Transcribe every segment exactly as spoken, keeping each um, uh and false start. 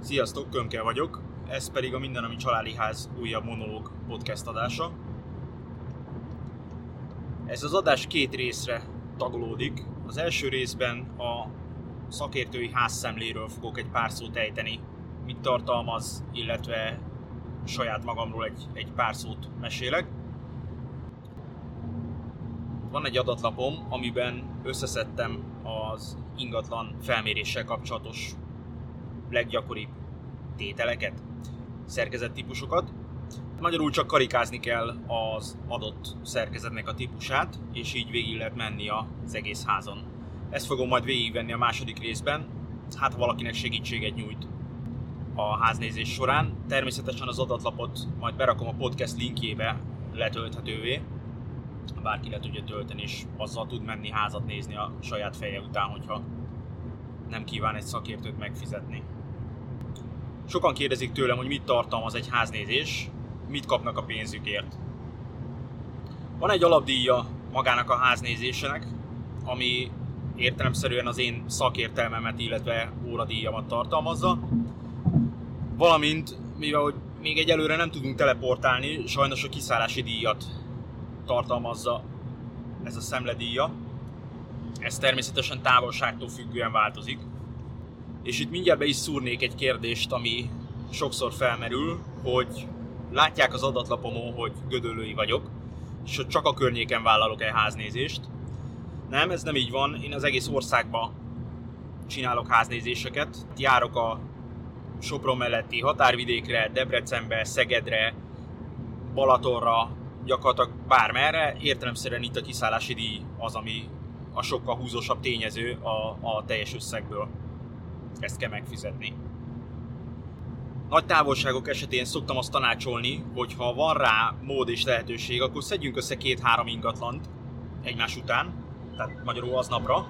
Sziasztok, Könke vagyok, ez pedig a Minden, ami családi ház újabb monológ podcast adása. Ez az adás két részre tagolódik. Az első részben a szakértői házszemléről fogok egy pár szót ejteni, mit tartalmaz, illetve saját magamról egy, egy pár szót mesélek. Van egy adatlapom, amiben összeszedtem az ingatlan felméréssel kapcsolatos leggyakoribb tételeket, szerkezettípusokat. Magyarul csak karikázni kell az adott szerkezetnek a típusát, és így végig lehet menni az egész házon. Ezt fogom majd végigvenni a második részben, hát valakinek segítséget nyújt a háznézés során. Természetesen az adatlapot majd berakom a podcast linkjébe letölthetővé, bárki le tudja tölteni, és azzal tud menni házat nézni a saját feje után, hogyha nem kíván egy szakértőt megfizetni. Sokan kérdezik tőlem, hogy mit tartalmaz egy háznézés, mit kapnak a pénzükért. Van egy alapdíja magának a háznézésének, ami értelemszerűen az én szakértelmemet, illetve óradíjamat tartalmazza. Valamint, mivel hogy még egyelőre nem tudunk teleportálni, sajnos a kiszállási díjat tartalmazza ez a szemledíja. Ez természetesen távolságtól függően változik. És itt mindjárt be is szúrnék egy kérdést, ami sokszor felmerül, hogy látják az adatlapomon, hogy gödöllői vagyok, és hogy csak a környéken vállalok el háznézést. Nem, ez nem így van. Én az egész országban csinálok háznézéseket. Járok a Sopron melletti határvidékre, Debrecenbe, Szegedre, Balatonra, gyakorlatilag bármerre. Értelemszerűen itt a kiszállási díj az, ami a sokkal húzósabb tényező a, a teljes összegből. Ezt kell megfizetni. Nagy távolságok esetén szoktam azt tanácsolni, hogy ha van rá mód és lehetőség, akkor szedjünk össze két-három ingatlant egymás után, tehát magyarul aznapra,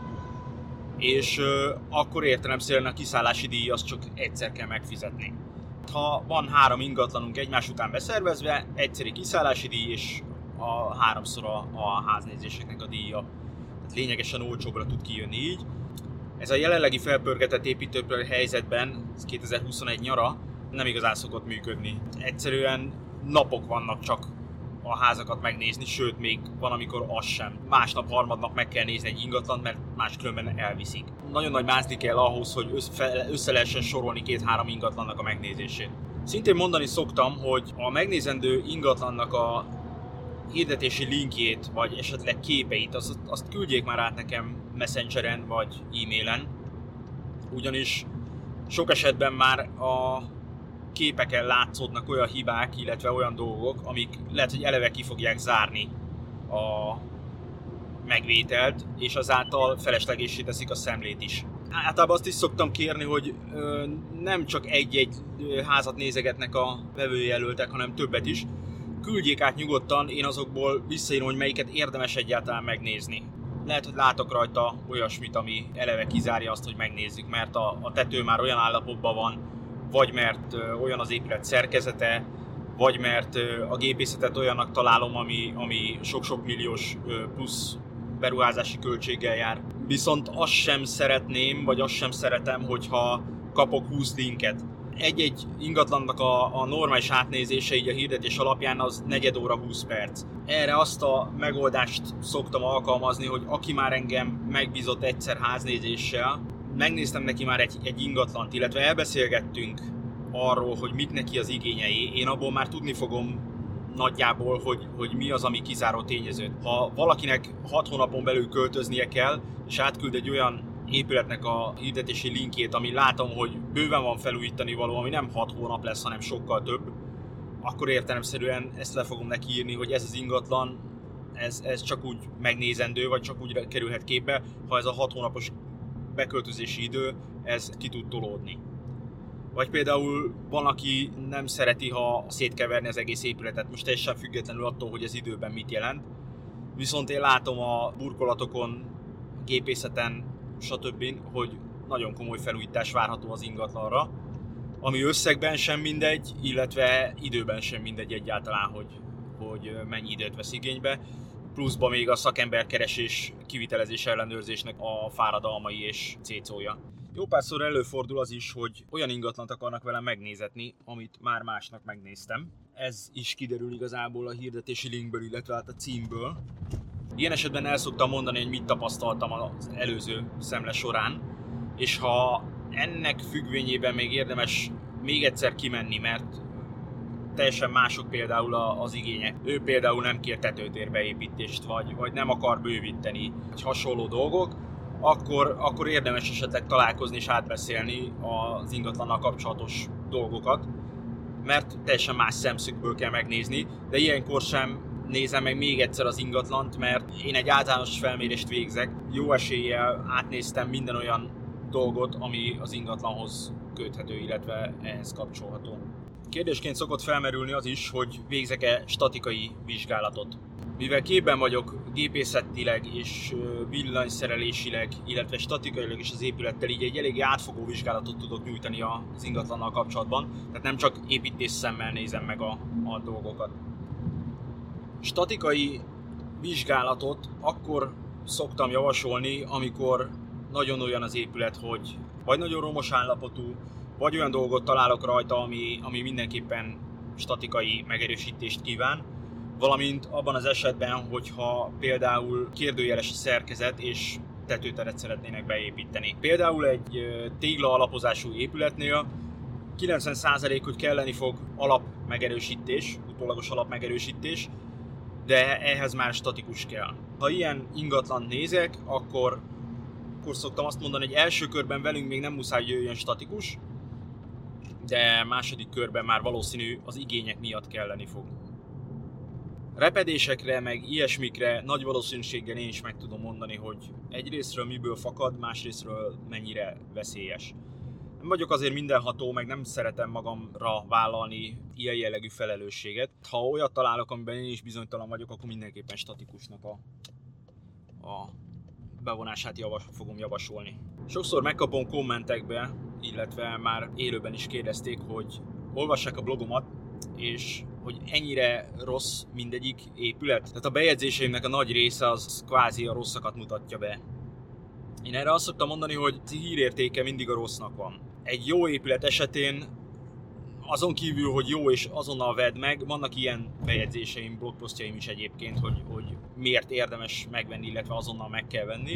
és euh, akkor értelemszerűen a kiszállási díj az csak egyszer kell megfizetni. Ha van három ingatlanunk egymás után beszervezve, egyszeri kiszállási díj és a háromszor a, a háznézéseknek a díja. Tehát lényegesen olcsóbbra tud kijönni így. Ez a jelenlegi felpörgetett építőipari helyzetben, ez kétezer-huszonegy nyara, nem igazán szokott működni. Egyszerűen napok vannak csak a házakat megnézni, sőt még van, amikor az sem. Másnap, harmadnap meg kell nézni egy ingatlant, mert máskülönben elviszik. Nagyon nagy mázli kell ahhoz, hogy össze lehessen sorolni két-három ingatlannak a megnézését. Szintén mondani szoktam, hogy a megnézendő ingatlannak a hirdetési linkjét, vagy esetleg képeit, azt, azt küldjék már át nekem Messengeren vagy e-mailen. Ugyanis sok esetben már a képeken látszódnak olyan hibák, illetve olyan dolgok, amik lehet, hogy eleve ki fogják zárni a megvételt, és azáltal feleslegessé teszik a szemlét is. Általában azt is szoktam kérni, hogy ö, nem csak egy-egy házat nézegetnek a vevőjelöltek, hanem többet is. Küldjék át nyugodtan, én azokból visszaírom, hogy melyiket érdemes egyáltalán megnézni. Lehet, hogy látok rajta olyasmit, ami eleve kizárja azt, hogy megnézzük, mert a, a tető már olyan állapotban van, vagy mert ö, olyan az épület szerkezete, vagy mert ö, a gépészetet olyannak találom, ami, ami sok-sok milliós ö, plusz beruházási költséggel jár. Viszont azt sem szeretném, vagy azt sem szeretem, hogyha kapok húsz linket. Egy-egy ingatlannak a, a normális átnézése így a hirdetés alapján az negyed óra húsz perc. Erre azt a megoldást szoktam alkalmazni, hogy aki már engem megbízott egyszer háznézéssel, megnéztem neki már egy, egy ingatlant, illetve elbeszélgettünk arról, hogy mik neki az igényei. Én abból már tudni fogom nagyjából, hogy, hogy mi az, ami kizáró tényező. Ha valakinek hat hónapon belül költöznie kell, és átküld egy olyan épületnek a hirdetési linkjét, ami látom, hogy bőven van felújítani való, ami nem hat hónap lesz, hanem sokkal több, akkor értelemszerűen ezt le fogom neki írni, hogy ez az ingatlan, ez, ez csak úgy megnézendő, vagy csak úgy kerülhet képbe, ha ez a hat hónapos beköltözési idő, ez ki tud tolódni. Vagy például van, aki nem szereti, ha szétkeverni az egész épületet, most teljesen függetlenül attól, hogy ez időben mit jelent. Viszont én látom a burkolatokon, gépészeten, stb., hogy nagyon komoly felújítás várható az ingatlanra, ami összegben sem mindegy, illetve időben sem mindegy egyáltalán, hogy, hogy mennyi időt vesz igénybe. Pluszban még a szakemberkeresés, kivitelezés ellenőrzésnek a fáradalmai és cécója. Jó párszor előfordul az is, hogy olyan ingatlant akarnak velem megnézetni, amit már másnak megnéztem. Ez is kiderül igazából a hirdetési linkből, illetve hát a címből. Ilyen esetben el szoktam mondani, hogy mit tapasztaltam az előző szemle során, és ha ennek függvényében még érdemes még egyszer kimenni, mert teljesen mások például az igények. Ő például nem kér tetőtérbeépítést, vagy, vagy nem akar bővíteni, vagy hasonló dolgok, akkor, akkor érdemes esetleg találkozni és átbeszélni az ingatlannal kapcsolatos dolgokat, mert teljesen más szemszögből kell megnézni, de ilyenkor sem nézem meg még egyszer az ingatlant, mert én egy általános felmérést végzek. Jó eséllyel átnéztem minden olyan dolgot, ami az ingatlanhoz köthető, illetve ehhez kapcsolható. Kérdésként szokott felmerülni az is, hogy végzek-e statikai vizsgálatot. Mivel képben vagyok gépészetileg és villanyszerelésileg, illetve statikailag is az épülettel, így egy eléggé átfogó vizsgálatot tudok nyújtani az ingatlannal kapcsolatban, tehát nem csak építés szemmel nézem meg a, a dolgokat. Statikai vizsgálatot akkor szoktam javasolni, amikor nagyon olyan az épület, hogy vagy nagyon romos állapotú, vagy olyan dolgot találok rajta, ami, ami mindenképpen statikai megerősítést kíván, valamint abban az esetben, hogyha például kérdőjeles a szerkezet és tetőteret szeretnének beépíteni. Például egy tégla alapozású épületnél kilencven százalék, hogy kelleni fog alapmegerősítés, utólagos alapmegerősítés, de ehhez már statikus kell. Ha ilyen ingatlant nézek, akkor, akkor szoktam azt mondani, hogy első körben velünk még nem muszáj jöjjön statikus, de második körben már valószínű az igények miatt kelleni fog. Repedésekre, meg ilyesmikre nagy valószínűséggel én is meg tudom mondani, hogy egyrésztről miből fakad, másrésztről mennyire veszélyes. Nem vagyok azért mindenható, meg nem szeretem magamra vállalni ilyen jellegű felelősséget. Ha olyat találok, amiben én is bizonytalan vagyok, akkor mindenképpen statikusnak a, a bevonását javas, fogom javasolni. Sokszor megkapom kommentekbe, illetve már élőben is kérdezték, hogy olvassák a blogomat, és hogy ennyire rossz mindegyik épület. Tehát a bejegyzéseimnek a nagy része az kvázi a rosszakat mutatja be. Én erre azt szoktam mondani, hogy hírértéke mindig a rossznak van. Egy jó épület esetén azon kívül, hogy jó és azonnal vedd meg, vannak ilyen bejegyzéseim, blogposztjaim is egyébként, hogy, hogy miért érdemes megvenni, illetve azonnal meg kell venni.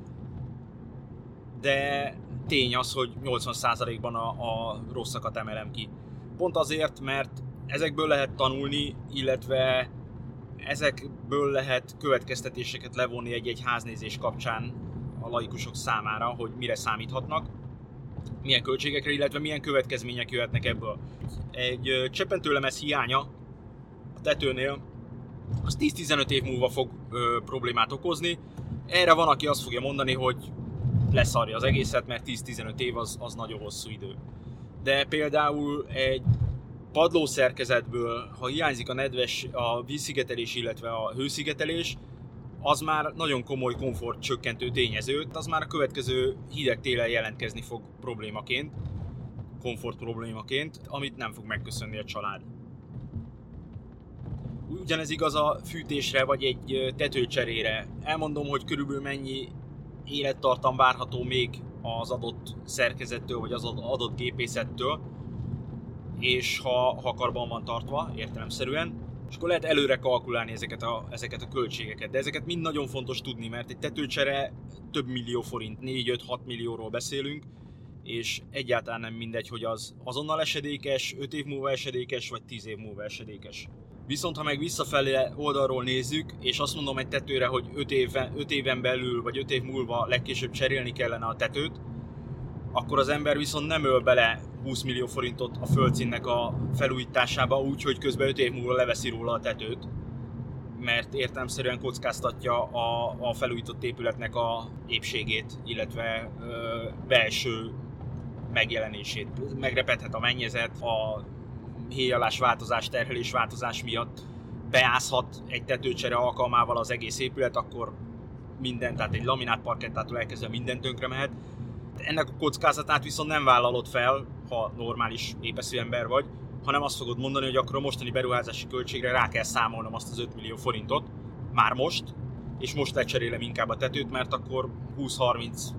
De tény az, hogy nyolcvan százalékban a, a rosszakat emelem ki. Pont azért, mert ezekből lehet tanulni, illetve ezekből lehet következtetéseket levonni egy-egy háznézés kapcsán a laikusok számára, hogy mire számíthatnak, milyen költségekre, illetve milyen következmények jöhetnek ebből. Egy cseppentőlemez hiánya a tetőnél az tíz-tizenöt év múlva fog ö, problémát okozni. Erre van, aki azt fogja mondani, hogy leszarja az egészet, mert tíz-tizenöt év az, az nagyon hosszú idő. De például egy padlószerkezetből, ha hiányzik a nedves, a vízszigetelés, illetve a hőszigetelés, az már nagyon komoly komfort csökkentő tényező, az már a következő hideg télen jelentkezni fog problémaként, komfort problémaként, amit nem fog megköszönni a család. Ugyanez igaz a fűtésre, vagy egy tetőcserére. Elmondom, hogy körülbelül mennyi élettartam várható még az adott szerkezettől, vagy az adott gépészettől, és ha, ha karban van tartva, értelemszerűen, és akkor lehet előre kalkulálni ezeket a, ezeket a költségeket. De ezeket mind nagyon fontos tudni, mert egy tetőcsere több millió forint, négy-öt-hat millióról beszélünk, és egyáltalán nem mindegy, hogy az azonnal esedékes, öt év múlva esedékes, vagy tíz év múlva esedékes. Viszont ha meg visszafelé oldalról nézzük, és azt mondom egy tetőre, hogy öt éven, öt éven belül, vagy öt év múlva legkésőbb cserélni kellene a tetőt, akkor az ember viszont nem öl bele húsz millió forintot a földszínnek a felújításába, úgyhogy közben öt év múlva leveszi róla a tetőt, mert értelemszerűen kockáztatja a, a felújított épületnek a épségét, illetve ö, belső megjelenését. Megrepedhet a mennyezet, a héjalás változás, terhelés változás miatt beázhat egy tetőcsere alkalmával az egész épület, akkor minden, tehát egy laminát parkettától elkezdve minden tönkre mehet. Ennek a kockázatát viszont nem vállalod fel, ha normális épeszű ember vagy, hanem azt fogod mondani, hogy akkor a mostani beruházási költségre rá kell számolnom azt az öt millió forintot, már most, és most lecserélem inkább a tetőt, mert akkor húsz-harminc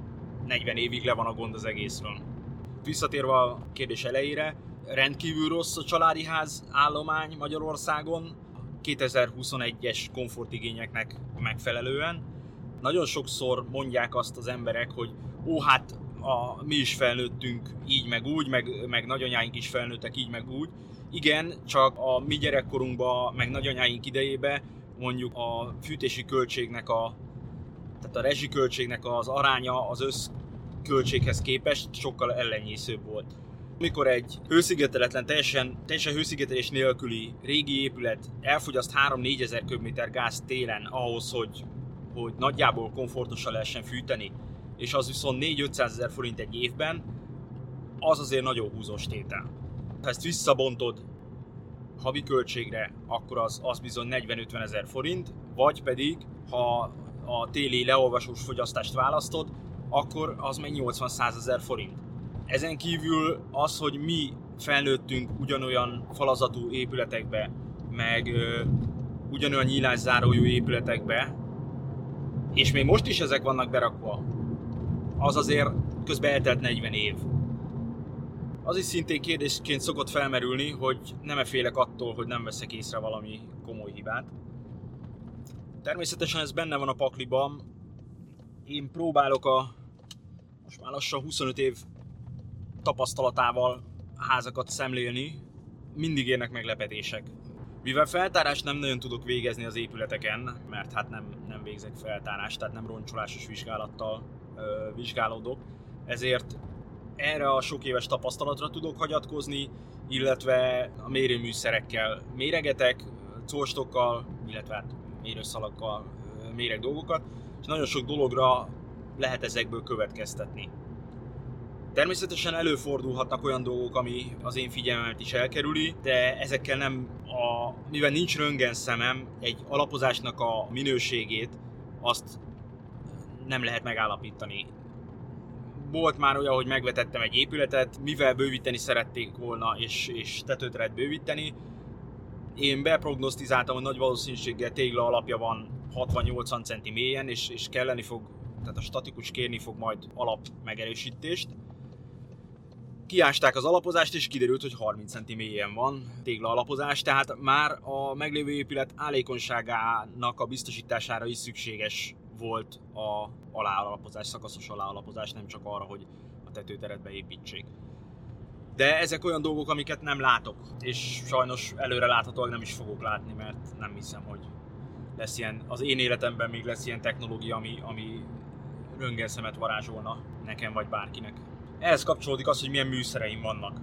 negyven évig le van a gond az egészről. Visszatérve a kérdés elejére, rendkívül rossz a családi ház állomány Magyarországon, kétezer-huszonegyes komfortigényeknek megfelelően. Nagyon sokszor mondják azt az emberek, hogy ó, hát a, mi is felnőttünk így meg úgy, meg, meg nagyanyáink is felnőttek így meg úgy. Igen, csak a mi gyerekkorunkban, meg nagyanyáink idejében mondjuk a fűtési költségnek, a, tehát a rezsiköltségnek az aránya az összköltséghez képest sokkal ellenyészőbb volt. Amikor egy hőszigeteletlen, teljesen, teljesen hőszigetelés nélküli régi épület elfogyaszt három-négyezer köbméter gáz télen ahhoz, hogy, hogy nagyjából komfortosan lehessen fűteni, és az viszont négy-ötszázezer forint egy évben, az azért nagyon húzós tétel. Ha ezt visszabontod havi költségre, akkor az, az bizony negyven-ötven ezer forint, vagy pedig, ha a téli leolvasós fogyasztást választod, akkor az meg nyolcvan-százezer forint. Ezen kívül az, hogy mi felnőttünk ugyanolyan falazatú épületekbe, meg ö, ugyanolyan nyílászárójú épületekbe, és még most is ezek vannak berakva, az azért közben eltelt negyven év. Az is szintén kérdésként szokott felmerülni, hogy nem-e félek attól, hogy nem veszek észre valami komoly hibát. Természetesen ez benne van a pakliban. Én próbálok a most már lassan huszonöt év tapasztalatával házakat szemlélni, mindig érnek meglepetések. Mivel feltárást nem nagyon tudok végezni az épületeken, mert hát nem, nem végzek feltárást, tehát nem roncsolásos vizsgálattal ö, vizsgálódok, ezért erre a sok éves tapasztalatra tudok hagyatkozni, illetve a mérőműszerekkel méregetek, cólstokkal, illetve hát mérőszalakkal méreg dolgokat, és nagyon sok dologra lehet ezekből következtetni. Természetesen előfordulhatnak olyan dolgok, ami az én figyelmemet is elkerüli, de ezekkel nem, a, mivel nincs röntgen szemem, egy alapozásnak a minőségét azt nem lehet megállapítani. Volt már olyan, hogy megvetettem egy épületet, mivel bővíteni szerették volna, és, és tetőt lehet bővíteni. Én beprognosztizáltam, hogy nagy valószínűséggel tégla alapja van hatvan-nyolcvan centi mélyen, és, és kelleni fog, tehát a statikus kérni fog majd alap megerősítést. Kiásták az alapozást, és kiderült, hogy harminc centi mélyen van tégla alapozás, tehát már a meglévő épület állékonyságának a biztosítására is szükséges volt a aláalapozás, szakaszos aláalapozás, nem csak arra, hogy a tetőteret beépítsék. De ezek olyan dolgok, amiket nem látok, és sajnos előre láthatóan nem is fogok látni, mert nem hiszem, hogy lesz ilyen, az én életemben még lesz ilyen technológia, ami, ami röntgenszemet varázsolna nekem vagy bárkinek. Ehhez kapcsolódik az, hogy milyen műszereim vannak.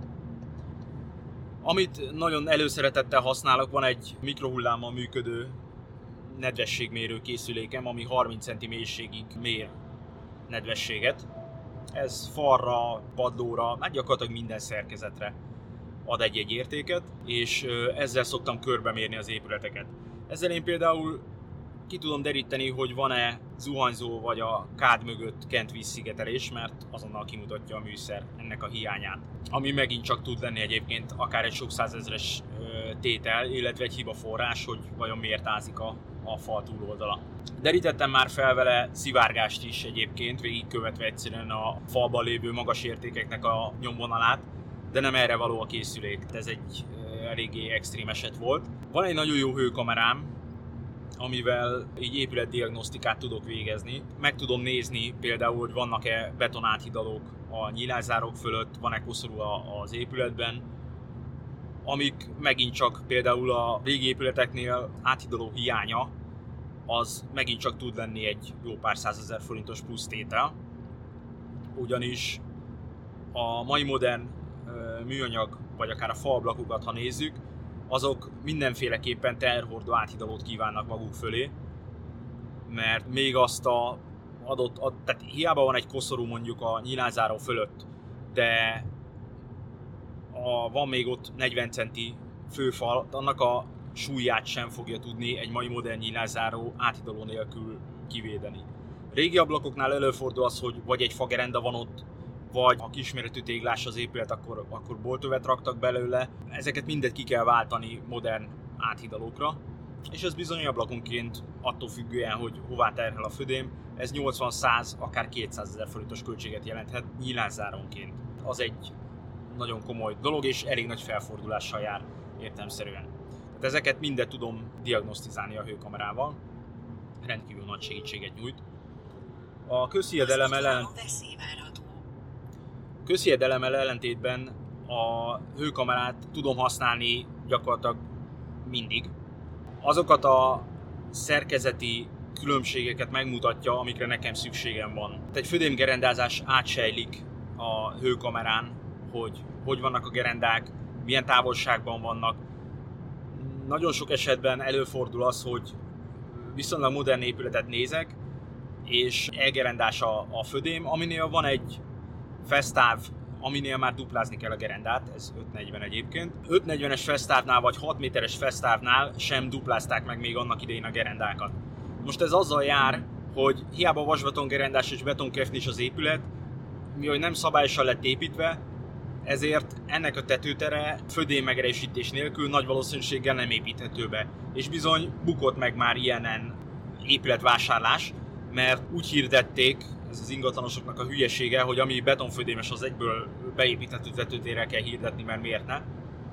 Amit nagyon előszeretettel használok, van egy mikrohullámmal működő nedvességmérő készülékem, ami harminc centi mélységig mér nedvességet. Ez falra, padlóra, hát gyakorlatilag minden szerkezetre ad egy-egy értéket, és ezzel szoktam körbemérni az épületeket. Ezzel én például ki tudom deríteni, hogy van-e zuhanyzó vagy a kád mögött kent vízszigetelés, mert azonnal kimutatja a műszer ennek a hiányát. Ami megint csak tud lenni egyébként akár egy sok százezres tétel, illetve egy hibaforrás, hogy vajon miért ázik a, a fal túloldala. Derítettem már fel vele szivárgást is egyébként, végigkövetve egyszerűen a falban lévő magas értékeknek a nyomvonalát, de nem erre való a készülék. Ez egy eléggé extrém eset volt. Van egy nagyon jó hőkamerám, amivel így épületdiagnosztikát tudok végezni. Meg tudom nézni például, hogy vannak-e betonáthidalók a nyílászárók fölött, van-e koszorú az épületben, amik megint csak például a régi épületeknél áthidaló hiánya, az megint csak tud lenni egy jó pár százezer forintos plusz tétel. Ugyanis a mai modern műanyag, vagy akár a falablakokat, ha nézzük, azok mindenféleképpen teherhordó áthidalót kívánnak maguk fölé, mert még azt a adott, ad, tehát hiába van egy koszorú mondjuk a nyílászáró fölött, de a, van még ott negyven centi főfal, annak a súlyát sem fogja tudni egy mai modern nyílászáró áthidaló nélkül kivédeni. Régi ablakoknál előfordul az, hogy vagy egy fagerenda van ott, vagy ha kisméretű téglás az épület, akkor, akkor boltövet raktak belőle. Ezeket mindet ki kell váltani modern áthidalókra. és ez bizony ablakonként attól függően, hogy hová terhel a födém, ez nyolcvan, száz, akár kétszázezer forintos költséget jelenthet nyílászáronként. Az egy nagyon komoly dolog, és elég nagy felfordulással jár értelemszerűen. Tehát ezeket mindet tudom diagnosztizálni a hőkamerával, rendkívül nagy segítséget nyújt. A közhiedelemmel ellen... közhiedelemmel ellentétben a hőkamerát tudom használni gyakorlatilag mindig. Azokat a szerkezeti különbségeket megmutatja, amikre nekem szükségem van. Tehát egy födémgerendázás átsejlik a hőkamerán, hogy hogy vannak a gerendák, milyen távolságban vannak. Nagyon sok esetben előfordul az, hogy viszonylag modern épületet nézek, és elgerendás a, a födém, aminél van egy fesztáv, aminél már duplázni kell a gerendát, ez ötszáznegyven egyébként. ötszáznegyvenes fesztávnál vagy hat méteres fesztávnál sem duplázták meg még annak idején a gerendákat. Most ez azzal jár, hogy hiába vasbetongerendás és betonkefnis az épület, mivel nem szabályosan lett építve, ezért ennek a tetőtere födém megerősítés nélkül nagy valószínűséggel nem építhető be. És bizony bukott meg már ilyenen épületvásárlás, mert úgy hirdették, ez az ingatlanosoknak a hülyesége, hogy ami betonfödémes, az egyből beépíthető tetőtérrel kell hirdetni, mert miért ne.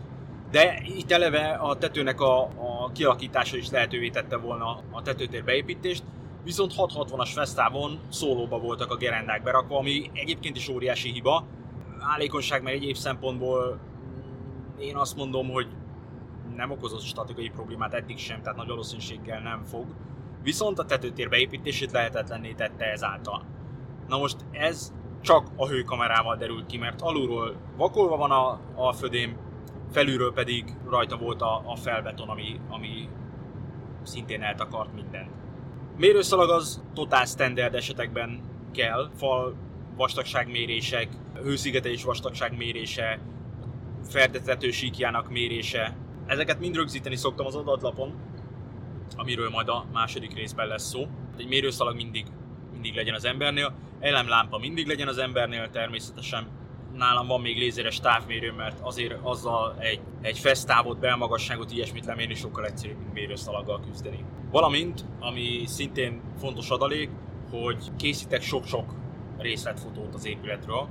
De itt eleve a tetőnek a, a kialakítása is lehetővé tette volna a tetőtér beépítést, viszont hat hatvanas fesztávon szólóba voltak a gerendák berakva, ami egyébként is óriási hiba. Állékonyság meg egyéb szempontból én azt mondom, hogy nem okozott statikai problémát eddig sem, tehát nagy valószínűséggel nem fog. Viszont a tetőtér beépítését lehetetlenné tette ezáltal. Na most ez csak a hőkamerával derült ki, mert alulról vakolva van a, a födém, felülről pedig rajta volt a, a felbeton, ami, ami szintén eltakart mindent. Mérőszalag az totál standard esetekben kell, fal vastagságmérések, hőszigetelés vastagságmérése, ferdetető síkjának mérése. Ezeket mind rögzíteni szoktam az adatlapon, amiről majd a második részben lesz szó. Egy mérőszalag mindig, mindig legyen az embernél, elemlámpa mindig legyen az embernél természetesen. Nálam van még lézeres távmérő, mert azért azzal egy, egy fesztávot, belmagasságot, ilyesmit lemérni sokkal egyszerűbb, mint mérőszalaggal küzdeni. Valamint, ami szintén fontos adalék, hogy készítek sok-sok részletfotót az épületről.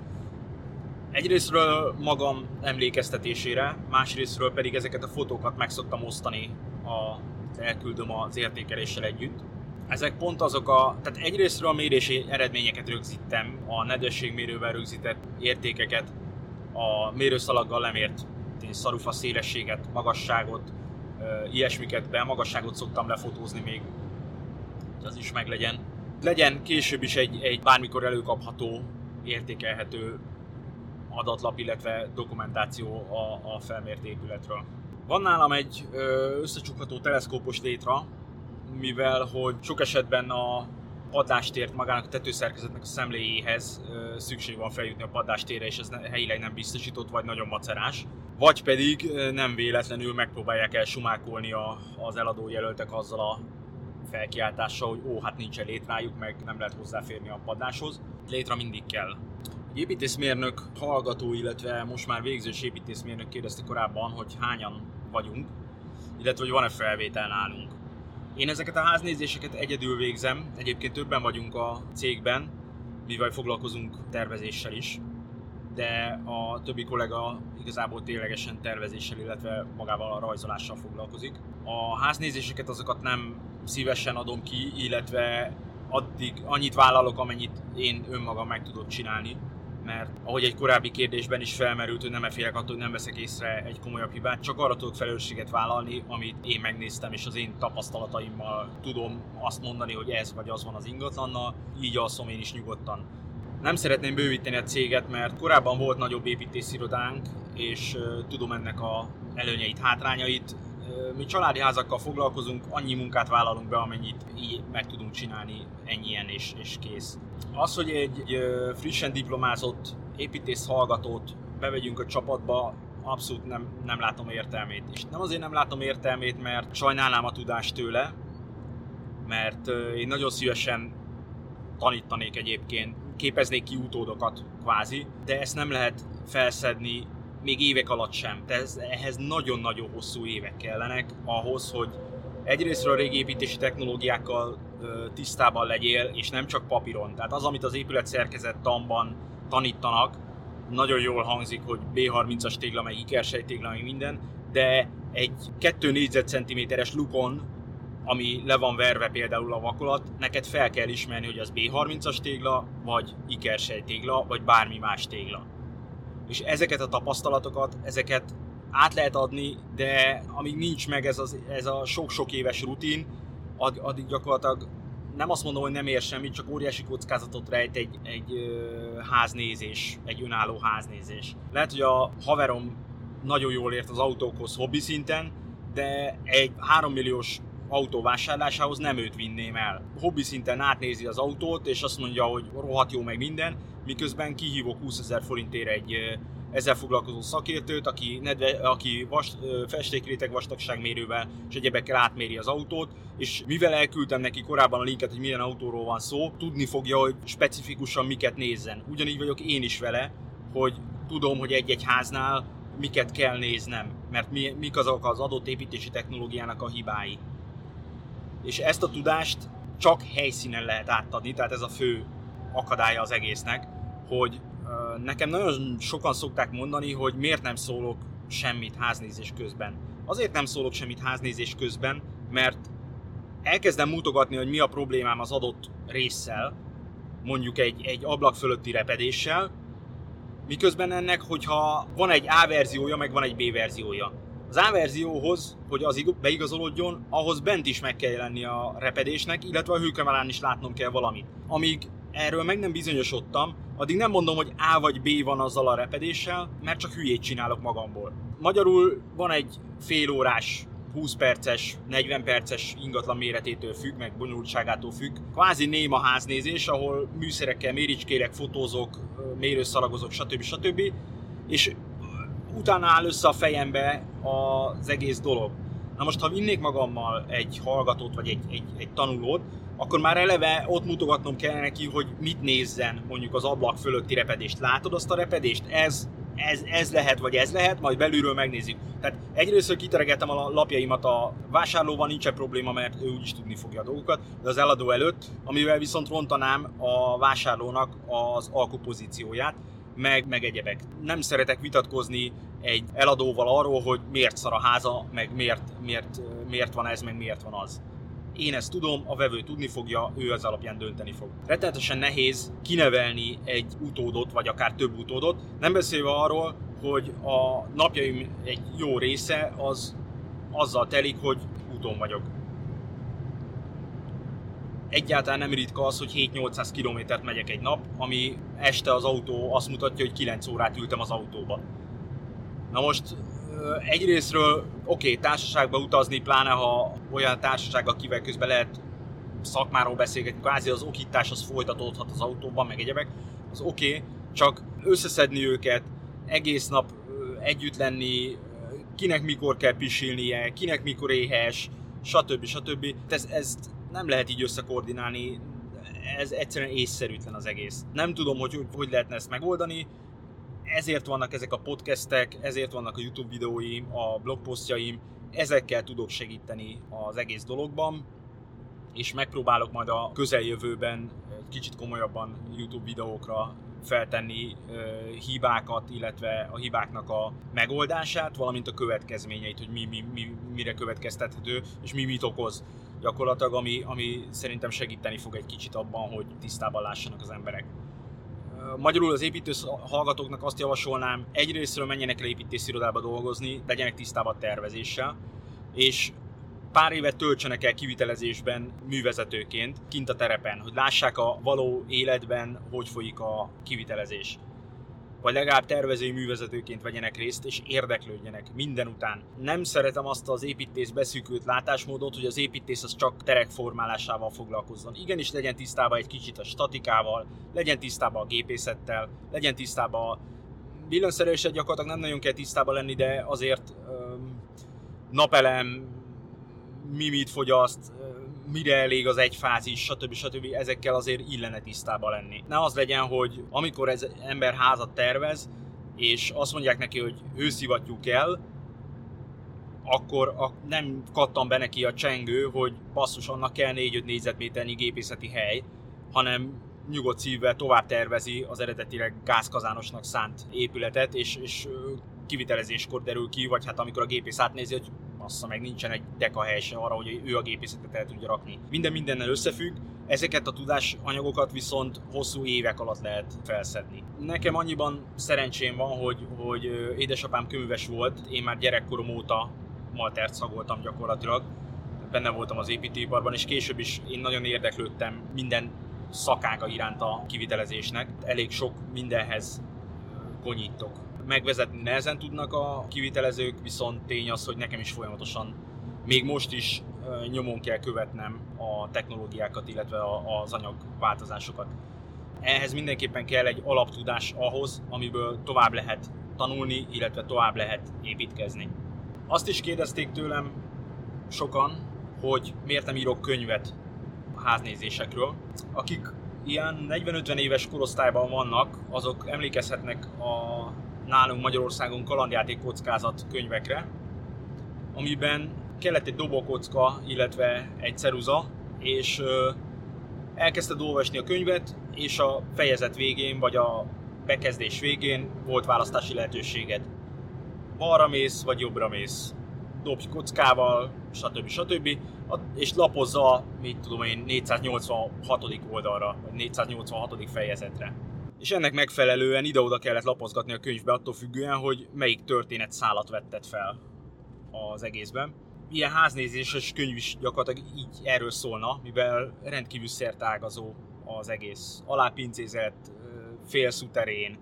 Egyrésztről magam emlékeztetésére, másrésztről pedig ezeket a fotókat meg szoktam osztani, ha elküldöm az értékeléssel együtt. Ezek pont azok a, tehát egyrésztről a mérési eredményeket rögzítem, a nedvességmérővel rögzített értékeket, a mérőszalaggal lemért szarufa szélességet, magasságot, ilyesmiket, be magasságot szoktam lefotózni még, hogy az is meglegyen. Legyen később is egy, egy bármikor előkapható, értékelhető adatlap, illetve dokumentáció a, a felmért épületről. Van nálam egy összecsukható teleszkópos létra, mivel hogy sok esetben a padlástért magának a tetőszerkezetnek a szemléjéhez szükség van feljutni a padlástérre, és ez helyileg nem biztosított, vagy nagyon macerás. Vagy pedig nem véletlenül megpróbálják elsumákolni a, az eladó jelöltek azzal a felkiáltással, hogy ó, hát nincsen létrájuk, meg nem lehet hozzáférni a padláshoz. Létra mindig kell. Egy építészmérnök hallgató, illetve most már végzős építészmérnök kérdezte korábban, hogy hányan vagyunk, illetve hogy van-e felvétel nálunk. Én ezeket a háznézéseket egyedül végzem, egyébként többen vagyunk a cégben, mivel foglalkozunk tervezéssel is, de a többi kollega igazából ténylegesen tervezéssel, illetve magával a rajzolással foglalkozik. A háznézéseket azokat nem szívesen adom ki, illetve addig annyit vállalok, amennyit én önmagam meg tudok csinálni, mert ahogy egy korábbi kérdésben is felmerült, hogy nem félek attól, hogy nem veszek észre egy komolyabb hibát, csak arra tudok felelősséget vállalni, amit én megnéztem, és az én tapasztalataimmal tudom azt mondani, hogy ez vagy az van az ingatlannal, így alszom én is nyugodtan. Nem szeretném bővíteni a céget, mert korábban volt nagyobb építészirodánk, és uh, tudom ennek a előnyeit, hátrányait. Uh, mi családi házakkal foglalkozunk, annyi munkát vállalunk be, amennyit így meg tudunk csinálni, ennyien és, és kész. Az, hogy egy uh, frissen diplomázott építész hallgatót bevegyünk a csapatba, abszolút nem, nem látom értelmét. És nem azért nem látom értelmét, mert sajnálnám a tudást tőle, mert uh, én nagyon szívesen tanítanék egyébként, képeznék ki utódokat kvázi, de ezt nem lehet felszedni még évek alatt sem. De ez, ehhez nagyon-nagyon hosszú évek kellenek ahhoz, hogy egyrésztről a régi építési technológiákkal ö, tisztában legyél, és nem csak papíron. Tehát az, amit az épületszerkezet tanban tanítanak, nagyon jól hangzik, hogy bé harmincas tégla, meg ikersej tégla, meg minden, de egy kettő négyzetcentiméteres lukon, ami le van verve például a vakolat, neked fel kell ismerni, hogy az bé harmincas tégla, vagy ikersej tégla, vagy bármi más tégla. És ezeket a tapasztalatokat, ezeket át lehet adni, de amíg nincs meg ez, az, ez a sok-sok éves rutin, addig gyakorlatilag nem azt mondom, hogy nem ér semmit, csak óriási kockázatot rejt egy, egy ö, háznézés, egy önálló háznézés. Lehet, hogy a haverom nagyon jól ért az autókhoz hobbi szinten, de egy három milliós autó vásárlásához nem őt vinném el. Hobbi szinten átnézi az autót, és azt mondja, hogy rohadt jó meg minden, miközben kihívok húszezer forintért egy ezzel foglalkozó szakértőt, aki, nedve, aki vas, festékréteg vastagságmérővel és egyebekkel átméri az autót, és mivel elküldtem neki korábban a linket, hogy milyen autóról van szó, tudni fogja, hogy specifikusan miket nézzen. Ugyanígy vagyok én is vele, hogy tudom, hogy egy-egy háznál miket kell néznem, mert mi, mik azok az adott építési technológiának a hibái. És ezt a tudást csak helyszínen lehet átadni, tehát ez a fő akadálya az egésznek, hogy uh, nekem nagyon sokan szokták mondani, hogy miért nem szólok semmit háznézés közben. Azért nem szólok semmit háznézés közben, mert elkezdem mutogatni, hogy mi a problémám az adott résszel, mondjuk egy, egy ablak fölötti repedéssel, miközben ennek, hogyha van egy A verziója, meg van egy B verziója. Az A verzióhoz, hogy az beigazolódjon, ahhoz bent is meg kell jelenni a repedésnek, illetve a hőkamerán is látnom kell valamit. Amíg erről meg nem bizonyosodtam, addig nem mondom, hogy A vagy B van azzal a repedéssel, mert csak hülyét csinálok magamból. Magyarul van egy fél órás, húsz perces, negyven perces ingatlan méretétől függ, meg bonyolultságától függ. Kvázi néma háznézés, ahol műszerekkel méricskélek, fotózok, mérőszalagozok, stb. stb. És utána áll össze a fejembe az egész dolog. Na most, ha vinnék magammal egy hallgatót, vagy egy, egy, egy tanulót, akkor már eleve ott mutogatnom kell neki, hogy mit nézzen mondjuk az ablak fölötti repedést. Látod azt a repedést? Ez, ez, ez lehet, vagy ez lehet, majd belülről megnézzük. Tehát egyrészt, hogy kiteregettem a lapjaimat a vásárlóval, nincsen probléma, mert ő úgyis tudni fogja a dolgokat, de az eladó előtt, amivel viszont rontanám a vásárlónak az alkupozícióját, meg, meg egyebek. Nem szeretek vitatkozni egy eladóval arról, hogy miért szar a háza, meg miért, miért, miért van ez, meg miért van az. Én ezt tudom, a vevő tudni fogja, ő az alapján dönteni fog. Rettenetesen nehéz kinevelni egy utódot, vagy akár több utódot, nem beszélve arról, hogy a napjaim egy jó része az azzal telik, hogy úton vagyok. Egyáltalán nem ritka az, hogy hét-nyolcszáz kilométert megyek egy nap, ami este az autó azt mutatja, hogy kilenc órát ültem az autóba. Na most egyrésztről oké, okay, társaságba utazni, pláne ha olyan társaság, akivel közben lehet szakmáról beszélgetni, kvázi az okítás az folytatódhat az autóban, meg egyebek, az oké, okay, csak összeszedni őket, egész nap együtt lenni, kinek mikor kell pisilnie, kinek mikor éhes, stb. stb. Ez, ezt nem lehet így összekoordinálni, ez egyszerűen észszerűtlen az egész. Nem tudom, hogy hogy lehetne ezt megoldani, ezért vannak ezek a podcastek, ezért vannak a YouTube videóim, a blogposztjaim, ezekkel tudok segíteni az egész dologban, és megpróbálok majd a közeljövőben kicsit komolyabban YouTube videókra feltenni uh, hibákat, illetve a hibáknak a megoldását, valamint a következményeit, hogy mi, mi, mi, mire következtethető, és mi mit okoz gyakorlatilag, ami, ami szerintem segíteni fog egy kicsit abban, hogy tisztában lássanak az emberek. Uh, magyarul az építész hallgatóknak azt javasolnám, egyrésztről menjenek le építészirodába dolgozni, legyenek tisztában tervezéssel, és pár évet töltsenek el kivitelezésben művezetőként, kint a terepen, hogy lássák a való életben, hogy folyik a kivitelezés. Vagy legalább tervezői művezetőként vegyenek részt, és érdeklődjenek minden után. Nem szeretem azt az építész beszűkült látásmódot, hogy az építész az csak terek formálásával foglalkozzon. Igenis legyen tisztában egy kicsit a statikával, legyen tisztában a gépészettel, legyen tisztában a villanyszereléssel gyakorlatilag nem nagyon kell tisztában lenni, de azért öm, napelem, mi mit fogyaszt, mire elég az egy fázis, stb. stb. Ezekkel azért illene tisztában lenni. Ne az legyen, hogy amikor ez ember házat tervez, és azt mondják neki, hogy hőszivattyú kell, akkor a, nem kattan be neki a csengő, hogy basszus, annak kell négy-öt négyzetméternyi gépészeti hely, hanem nyugodt szívvel tovább tervezi az eredetileg gázkazánosnak szánt épületet, és, és kivitelezéskor derül ki, vagy hát amikor a gépész átnézi, hogy bassza meg, nincsen egy deka hely se arra, hogy ő a gépészetet el tudja rakni. Minden mindennel összefügg, ezeket a tudásanyagokat viszont hosszú évek alatt lehet felszedni. Nekem annyiban szerencsém van, hogy, hogy édesapám kőműves volt, én már gyerekkorom óta maltert szagoltam gyakorlatilag, benne voltam az építőiparban, és később is én nagyon érdeklődtem minden szakága iránt a kivitelezésnek. Elég sok mindenhez konyítok. Megvezetni nehezen tudnak a kivitelezők, viszont tény az, hogy nekem is folyamatosan, még most is nyomon kell követnem a technológiákat, illetve az anyagváltozásokat. Ehhez mindenképpen kell egy alaptudás ahhoz, amiből tovább lehet tanulni, illetve tovább lehet építkezni. Azt is kérdezték tőlem sokan, hogy miért nem írok könyvet a háznézésekről. Akik ilyen negyven-ötven éves korosztályban vannak, azok emlékezhetnek a nálunk Magyarországon kalandjáték kockázat könyvekre, amiben kellett egy dobókocka, illetve egy ceruza, és elkezdted olvasni a könyvet, és a fejezet végén, vagy a bekezdés végén volt választási lehetőséged. Balra mész, vagy jobbra mész. Dobj kockával, stb. stb. És lapozza, mit tudom én, négyszáznyolcvanhatodik oldalra, vagy négyszáznyolcvanhatodik fejezetre. És ennek megfelelően ide-oda kellett lapozgatni a könyvbe, attól függően, hogy melyik történet szálat vetted fel az egészben. Ilyen háznézéses könyv is gyakorlatilag így erről szólna, mivel rendkívül szerteágazó az egész. Alápincézett, félszuterén,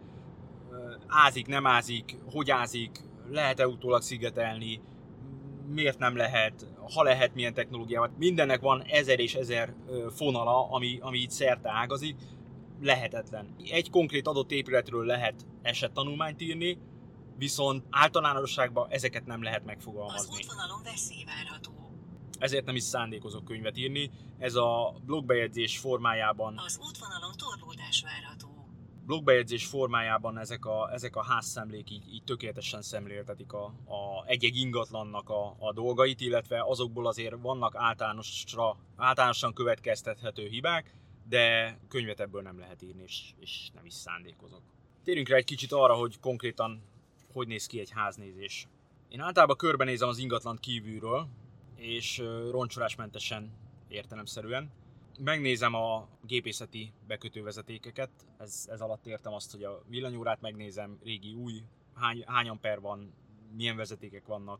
ázik, nem ázik, hogy ázik, lehet-e utólag szigetelni, miért nem lehet, ha lehet, milyen technológiával. Mindennek van ezer és ezer fonala, ami, ami így szerteágazik, lehetetlen. Egy konkrét adott épületről lehet esettanulmányt írni, viszont általánosságban ezeket nem lehet megfogalmazni. Az útvonalon veszély várható. Ezért nem is szándékozok könyvet írni. Ez a blogbejegyzés formájában... Az útvonalon torlódás várható. Blogbejegyzés formájában ezek a, ezek a házszemlék így, így tökéletesen szemléltetik a, a egy-egy ingatlannak a, a dolgait, illetve azokból azért vannak általánosra, általánosan következtethető hibák, de könyvet ebből nem lehet írni, és, és nem is szándékozok. Térjünk rá egy kicsit arra, hogy konkrétan hogy néz ki egy háznézés. Én általában körbenézem az ingatlant kívülről, és roncsolásmentesen értelemszerűen. Megnézem a gépészeti bekötővezetékeket, ez, ez alatt értem azt, hogy a villanyórát megnézem, régi, új, hány, hány amper van, milyen vezetékek vannak,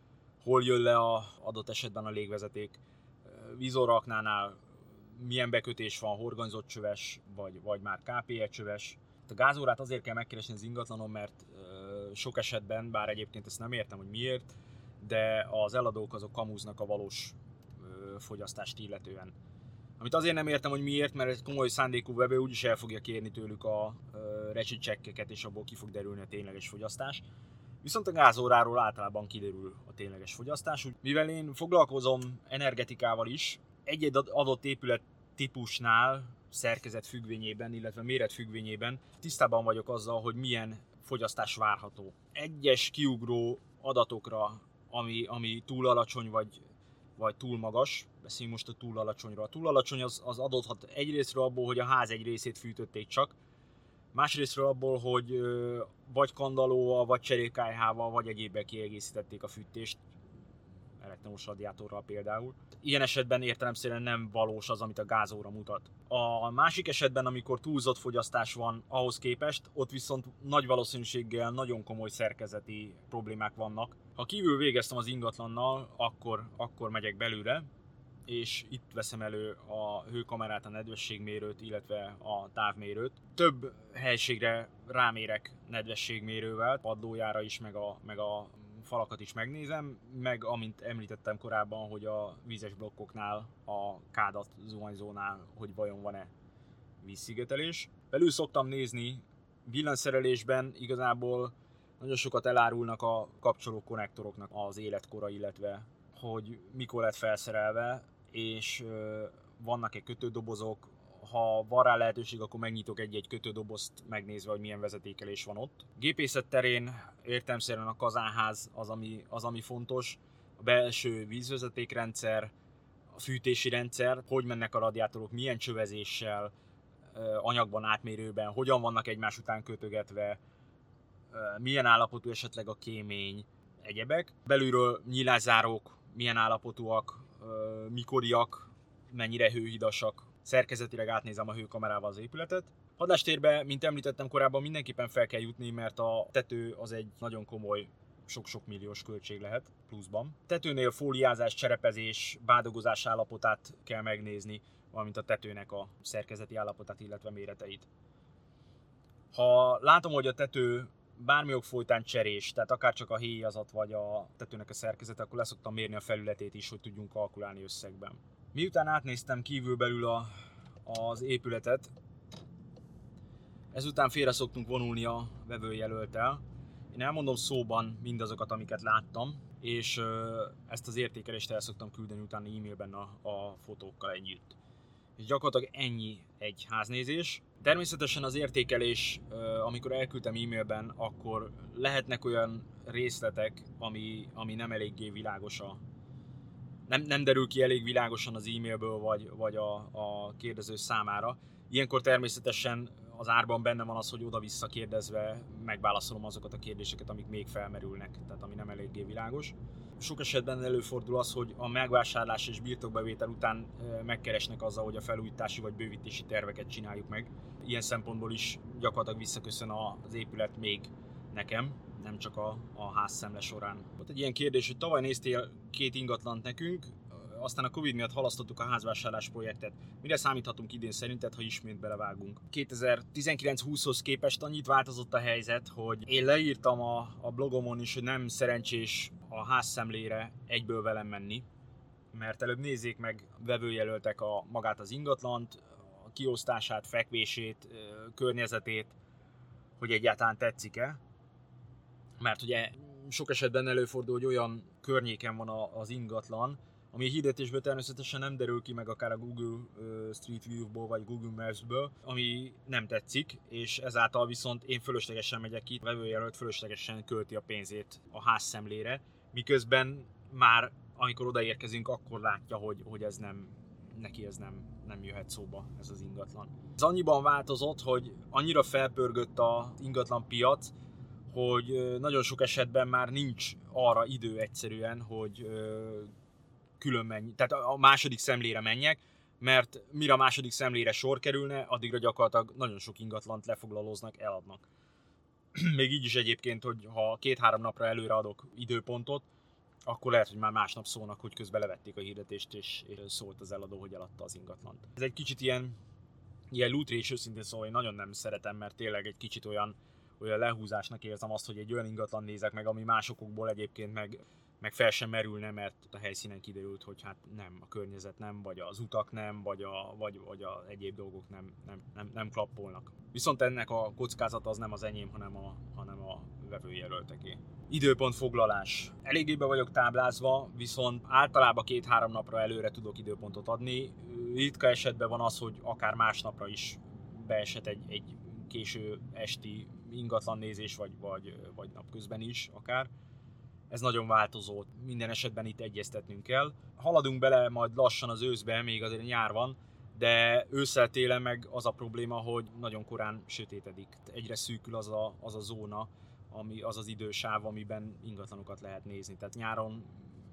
hol jön le a adott esetben a légvezeték, vízorraknánál milyen bekötés van, horgonyzott csöves, vagy, vagy már ká pé é csöves. A gázórát azért kell megkeresni az ingatlanon, mert sok esetben, bár egyébként ezt nem értem, hogy miért, de az eladók azok kamúznak a valós fogyasztást illetően. Amit azért nem értem, hogy miért, mert egy komoly szándékú vevő úgyis el fogja kérni tőlük a recsi csekkeket, és abból ki fog derülni a tényleges fogyasztás. Viszont a gázóráról általában kiderül a tényleges fogyasztás. Mivel én foglalkozom energetikával is, egy-egy adott épület típusnál, szerkezet függvényében, illetve méret függvényében tisztában vagyok azzal, hogy milyen fogyasztás várható. Egyes kiugró adatokra, ami, ami túl alacsony vagy, vagy túl magas, beszéljünk most a túl alacsonyról. A túl alacsony az, az adódhat egyrésztről abból, hogy a ház egy részét fűtötték csak, másrésztről abból, hogy ö, vagy kandallóval, vagy cserékályhával, vagy egyébben kiegészítették a fűtést, elektromos radiátorral például. Ilyen esetben értelemszerűen nem valós az, amit a gázóra mutat. A másik esetben, amikor túlzott fogyasztás van ahhoz képest, ott viszont nagy valószínűséggel nagyon komoly szerkezeti problémák vannak. Ha kívül végeztem az ingatlannal, akkor, akkor megyek belőle, és itt veszem elő a hőkamerát, a nedvességmérőt, illetve a távmérőt. Több helységre rámérek nedvességmérővel, padlójára is, meg a, meg a falakat is megnézem, meg amint említettem korábban, hogy a vízes blokkoknál, a kádat zuhanyzónál, hogy vajon van-e vízszigetelés. Belül szoktam nézni, villanyszerelésben igazából nagyon sokat elárulnak a kapcsoló konnektoroknak az életkora, illetve hogy mikor lett felszerelve, és vannak-e kötődobozok. Ha van rá lehetőség, akkor megnyitok egy-egy kötődobozt megnézve, hogy milyen vezetékelés van ott. Gépészet terén értelemszerűen a kazánház az, ami, az, ami fontos. belső vízvezetékrendszer, a fűtési rendszer, hogy mennek a radiátorok, milyen csövezéssel, anyagban, átmérőben, hogyan vannak egymás után kötögetve, milyen állapotú esetleg a kémény, egyebek. Belülről nyílászárók, milyen állapotúak, mikoriak, mennyire hőhidasak. Szerkezetileg átnézem a hőkamerával az épületet. Hadástérbe, mint említettem korábban, mindenképpen fel kell jutni, mert a tető az egy nagyon komoly, sok-sok milliós költség lehet pluszban. Tetőnél fóliázás, cserepezés, bádogozás állapotát kell megnézni, valamint a tetőnek a szerkezeti állapotát, illetve méreteit. Ha látom, hogy a tető bármi ok folytán cserés, tehát akár csak a héjazat vagy a tetőnek a szerkezete, akkor leszoktam mérni a felületét is, hogy tudjunk kalkulálni összegben. Miután átnéztem kívülbelül a, az épületet, ezután félre szoktunk vonulni a vevőjelölttel. Én elmondom szóban mindazokat, amiket láttam, és ezt az értékelést el szoktam küldeni utána e-mailben a, a fotókkal együtt. És gyakorlatilag ennyi egy háznézés. Természetesen az értékelés, amikor elküldtem e-mailben, akkor lehetnek olyan részletek, ami, ami nem eléggé világos a, nem, nem derül ki elég világosan az e-mailből vagy, vagy a, a kérdező számára. Ilyenkor természetesen az árban benne van az, hogy oda-vissza kérdezve megválaszolom azokat a kérdéseket, amik még felmerülnek, tehát ami nem eléggé világos. Sok esetben előfordul az, hogy a megvásárlás és birtokbevétel után megkeresnek azzal, hogy a felújítási vagy bővítési terveket csináljuk meg. Ilyen szempontból is gyakorlatilag visszaköszön az épület még nekem, nem csak a, a házszemle során. Volt egy ilyen kérdés, hogy tavaly néztél két ingatlant nekünk, aztán a Covid miatt halasztottuk a házvásárlás projektet. Mire számíthatunk idén szerinted, ha ismét belevágunk? kétezer-tizenkilenc húszhoz képest annyit változott a helyzet, hogy én leírtam a, a blogomon is, hogy nem szerencsés a házszemlére egyből velem menni, mert előbb nézzék meg vevőjelöltek a, magát az ingatlant, a kiosztását, fekvését, környezetét, hogy egyáltalán tetszik-e. Mert ugye sok esetben előfordul, hogy olyan környéken van az ingatlan, ami a hirdetésből természetesen nem derül ki, meg akár a Google Street View-ból vagy Google Maps-ből, ami nem tetszik, és ezáltal viszont én fölöslegesen megyek ki, a vevőjelölt fölöslegesen költi a pénzét a házszemlére, miközben már amikor odaérkezünk, akkor látja, hogy, hogy ez nem, neki ez nem, nem jöhet szóba, ez az ingatlan. Ez annyiban változott, hogy annyira felpörgött az ingatlan piac, hogy nagyon sok esetben már nincs arra idő egyszerűen, hogy külön menj, tehát a második szemlére menjek, mert mire a második szemlére sor kerülne, addigra gyakorlatilag nagyon sok ingatlant lefoglalóznak, eladnak. Még így is egyébként, hogy ha két-három napra előre adok időpontot, akkor lehet, hogy már másnap szólnak, hogy közben levették a hirdetést, és szólt az eladó, hogy eladta az ingatlant. Ez egy kicsit ilyen, ilyen lútré, és őszintén szóval én nagyon nem szeretem, mert tényleg egy kicsit olyan, olyan lehúzásnak érzem azt, hogy egy olyan ingatlan nézek meg, ami másokból egyébként meg meg fel sem merülne, mert a helyszínen kiderült, hogy hát nem, a környezet nem, vagy az utak nem, vagy a, vagy, vagy a egyéb dolgok nem, nem, nem, nem klappolnak. Viszont ennek a kockázata az nem az enyém, hanem a, hanem a vevőjelölteké. Időpontfoglalás. Eléggé be vagyok táblázva, viszont általában két-három napra előre tudok időpontot adni. Ritka esetben van az, hogy akár másnapra is beesett egy, egy késő esti ingatlan nézés, vagy, vagy, vagy napközben is akár. Ez nagyon változó, minden esetben itt egyeztetnünk kell. Haladunk bele majd lassan az őszbe, még azért nyár van, de ősszel télen meg az a probléma, hogy nagyon korán sötétedik. Egyre szűkül az a, az a zóna, ami, az az idősáv, amiben ingatlanokat lehet nézni. Tehát nyáron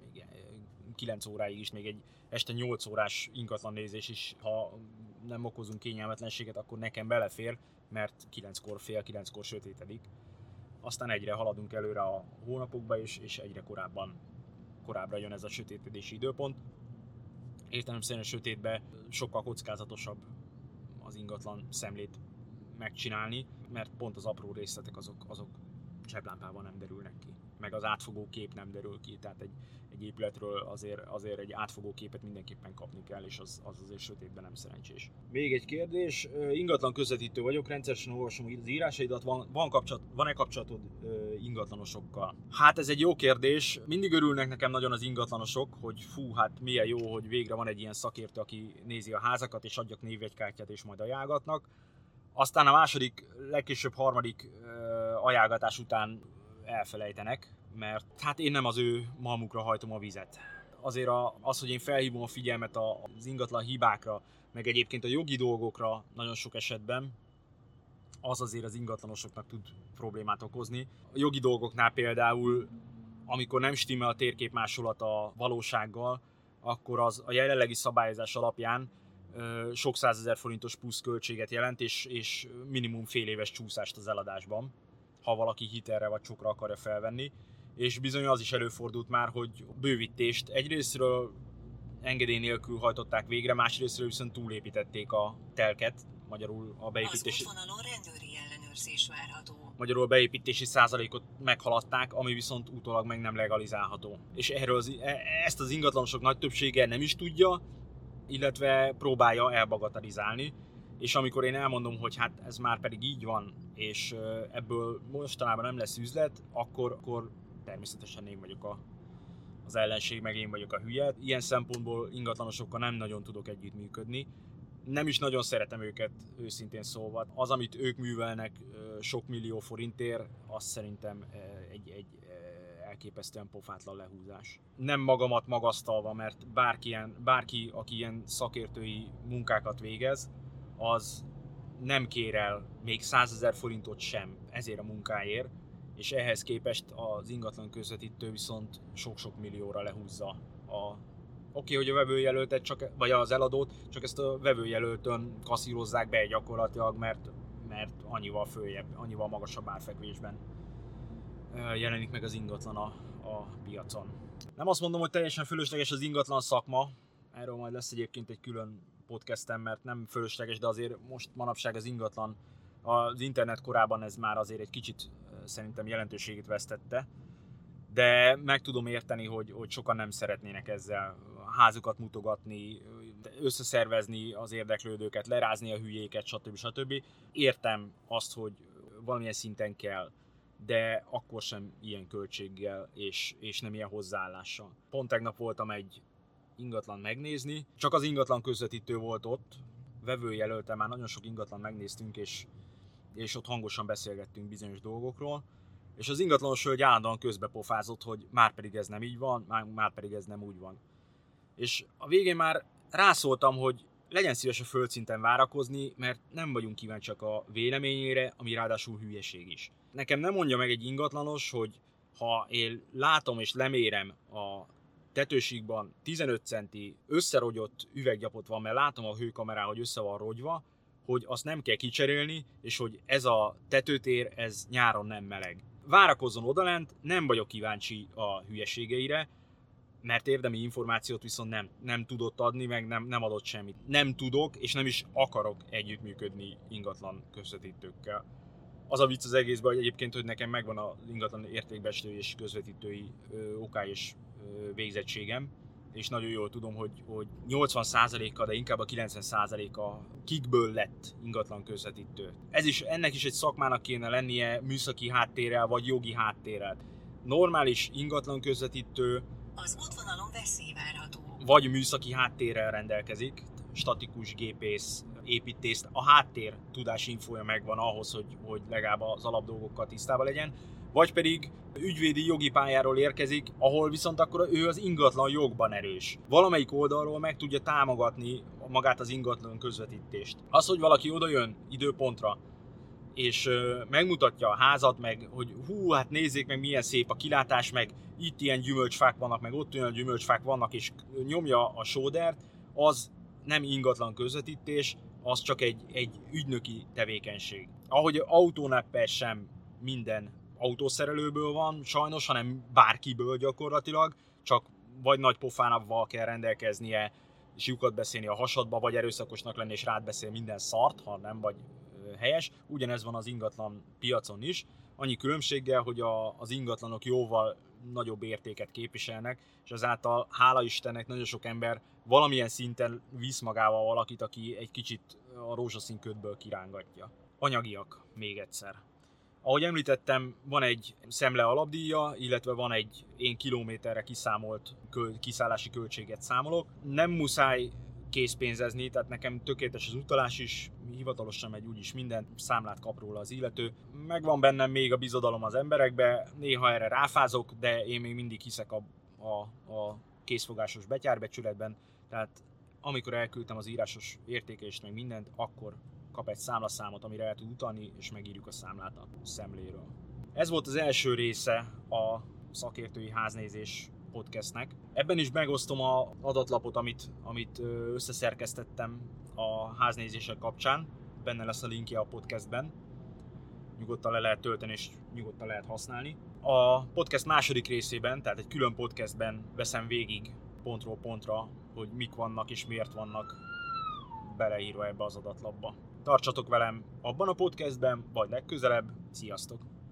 kilenc óráig is, még egy este nyolc órás ingatlan nézés is, ha nem okozunk kényelmetlenséget, akkor nekem belefér, mert kilenckor, fél kilenckor sötétedik. Aztán egyre haladunk előre a hónapokba, és, és egyre korábban, korábbra jön ez a sötétedési időpont. Értelemszerűen sötétbe sokkal kockázatosabb az ingatlan szemlét megcsinálni, mert pont az apró részletek azok, azok zseblámpával nem derülnek ki. Meg az átfogó kép nem derül ki, tehát egy, egy épületről azért, azért egy átfogó képet mindenképpen kapni kell, és az, az azért sötétben nem szerencsés. Még egy kérdés, ingatlan közvetítő vagyok, rendszeresen olvasom az írásaidat, van, van kapcsolat, van-e kapcsolatod ingatlanosokkal? Hát ez egy jó kérdés, mindig örülnek nekem nagyon az ingatlanosok, hogy fú, hát milyen jó, hogy végre van egy ilyen szakértő, aki nézi a házakat, és adjak névjegykártyát, és majd ajánlgatnak. Aztán a második, legkésőbb harmadik ajánlgatás után elfelejtenek, mert hát én nem az ő malmukra hajtom a vizet. Azért az, hogy én felhívom a figyelmet az ingatlan hibákra, meg egyébként a jogi dolgokra nagyon sok esetben, az azért az ingatlanosoknak tud problémát okozni. A jogi dolgoknál például, amikor nem stimmel a térképmásolat a valósággal, akkor az a jelenlegi szabályozás alapján ö, sok százezer forintos plusz költséget jelent, és, és minimum fél éves csúszást az eladásban, ha valaki hitelre vagy csokra akarja felvenni. És bizony az is előfordult már, hogy bővítést egyrésztről engedély nélkül hajtották végre, másrésztről viszont túlépítették a telket, magyarul a beépítési... Az útvonalon rendőri ellenőrzés várható. Magyarul a beépítési százalékot meghaladták, ami viszont utólag meg nem legalizálható. És erről az, ezt az ingatlanosok nagy többsége nem is tudja, illetve próbálja elbagatelizálni. És amikor én elmondom, hogy hát ez már pedig így van, és ebből mostanában nem lesz üzlet, akkor, akkor természetesen én vagyok a, az ellenség, meg én vagyok a hülye. Ilyen szempontból ingatlanosokkal nem nagyon tudok együttműködni. Nem is nagyon szeretem őket, őszintén szólva. Az, amit ők művelnek sok millió forintért, az szerintem egy, egy elképesztően pofátlan lehúzás. Nem magamat magasztalva, mert bárki, bárki, aki ilyen szakértői munkákat végez, az nem kér el még százezer forintot sem ezért a munkáért, és ehhez képest az ingatlan közvetítő viszont sok-sok millióra lehúzza a Oké, okay, hogy a vevőjelöltet, csak, vagy az eladót, csak ezt a vevőjelöltön kasszírozzák be gyakorlatilag, mert, mert annyival följebb, annyival magasabb árfekvésben jelenik meg az ingatlan a, a piacon. Nem azt mondom, hogy teljesen fölösleges az ingatlan szakma, erről majd lesz egyébként egy külön podcastem, mert nem fölösleges, de azért most manapság az ingatlan, az internet korában ez már azért egy kicsit szerintem jelentőségét vesztette, de meg tudom érteni, hogy, hogy sokan nem szeretnének ezzel házukat mutogatni, összeszervezni az érdeklődőket, lerázni a hülyéket, stb. stb. Értem azt, hogy valamilyen szinten kell, de akkor sem ilyen költséggel és, és nem ilyen hozzáállással. Pont tegnap voltam egy ingatlan megnézni, csak az ingatlan közvetítő volt ott, vevőjelöltel már nagyon sok ingatlan megnéztünk, és, és ott hangosan beszélgettünk bizonyos dolgokról, és az ingatlanos hölgy állandóan közbepofázott, hogy már pedig ez nem így van, már, már pedig ez nem úgy van. És a végén már rászóltam, hogy legyen szíves a földszinten várakozni, mert nem vagyunk kíváncsiak a véleményére, ami ráadásul hülyeség is. Nekem nem mondja meg egy ingatlanos, hogy ha én látom és lemérem a tetősíkban tizenöt centi összerogyott üveggyapot van, mert látom a hőkamerán, hogy össze van rogyva, hogy azt nem kell kicserélni, és hogy ez a tetőtér, ez nyáron nem meleg. Várakozzon odalent, nem vagyok kíváncsi a hülyeségeire, mert érdemi információt viszont nem, nem tudott adni, meg nem, nem adott semmit. Nem tudok, és nem is akarok együttműködni ingatlan közvetítőkkel. Az a vicc az egészben, hogy egyébként, hogy nekem megvan az ingatlan értékbecslő és közvetítői ö, oká és ö, végzettségem, és nagyon jól tudom, hogy, hogy nyolcvan százaléka, de inkább a kilencven százaléka kikből lett ingatlan közvetítő. Ez is, ennek is egy szakmának kéne lennie műszaki háttérrel vagy jogi háttérrel. Normális ingatlan közvetítő az útvonalon veszély várható. Vagy műszaki háttérrel rendelkezik, statikus, gépész, építész, a háttér tudási infója megvan ahhoz, hogy, hogy legalább az alapdolgokkal tisztában legyen, vagy pedig ügyvédi jogi pályáról érkezik, ahol viszont akkor ő az ingatlan jogban erős. Valamelyik oldalról meg tudja támogatni magát az ingatlan közvetítést. Az, hogy valaki odajön időpontra, és megmutatja a házat, meg hogy hú, hát nézzék meg milyen szép a kilátás, meg itt ilyen gyümölcsfák vannak, meg ott olyan gyümölcsfák vannak, és nyomja a sódert, az nem ingatlan közvetítés, az csak egy, egy ügynöki tevékenység. Ahogy autónál persze sem minden autószerelőből van, sajnos, hanem bárkiből gyakorlatilag, csak vagy nagy pofánavval kell rendelkeznie, és lyukat beszélni a hasadba, vagy erőszakosnak lenni, és rád beszél minden szart, ha nem vagy helyes. Ugyanez van az ingatlan piacon is, annyi különbséggel, hogy a, az ingatlanok jóval nagyobb értéket képviselnek, és ezáltal, hála Istennek, nagyon sok ember valamilyen szinten visz magával valakit, aki egy kicsit a rózsaszín ködből kirángatja. Anyagiak, még egyszer. Ahogy említettem, van egy szemle alapdíja, illetve van egy én kilométerre kiszámolt köl, kiszállási költséget számolok. Nem muszáj készpénzezni, tehát nekem tökéletes az utalás is, hivatalosan megy úgyis minden, számlát kap róla az illető. Megvan bennem még a bizodalom az emberekbe, néha erre ráfázok, de én még mindig hiszek a, a, a készfogásos betyárbecsületben, tehát amikor elküldtem az írásos értékelést meg mindent, akkor kap egy számlaszámot, amire el tud utalni, és megírjuk a számlát a szemléről. Ez volt az első része a szakértői háznézés podcastnek. Ebben is megosztom az adatlapot, amit, amit összeszerkesztettem a háznézések kapcsán. Benne lesz a linkje a podcastben. Nyugodtan le lehet tölteni és nyugodtan lehet használni. A podcast második részében, tehát egy külön podcastben veszem végig pontról pontra, hogy mik vannak és miért vannak beleírva ebbe az adatlapba. Tartsatok velem abban a podcastben, vagy legközelebb. Sziasztok!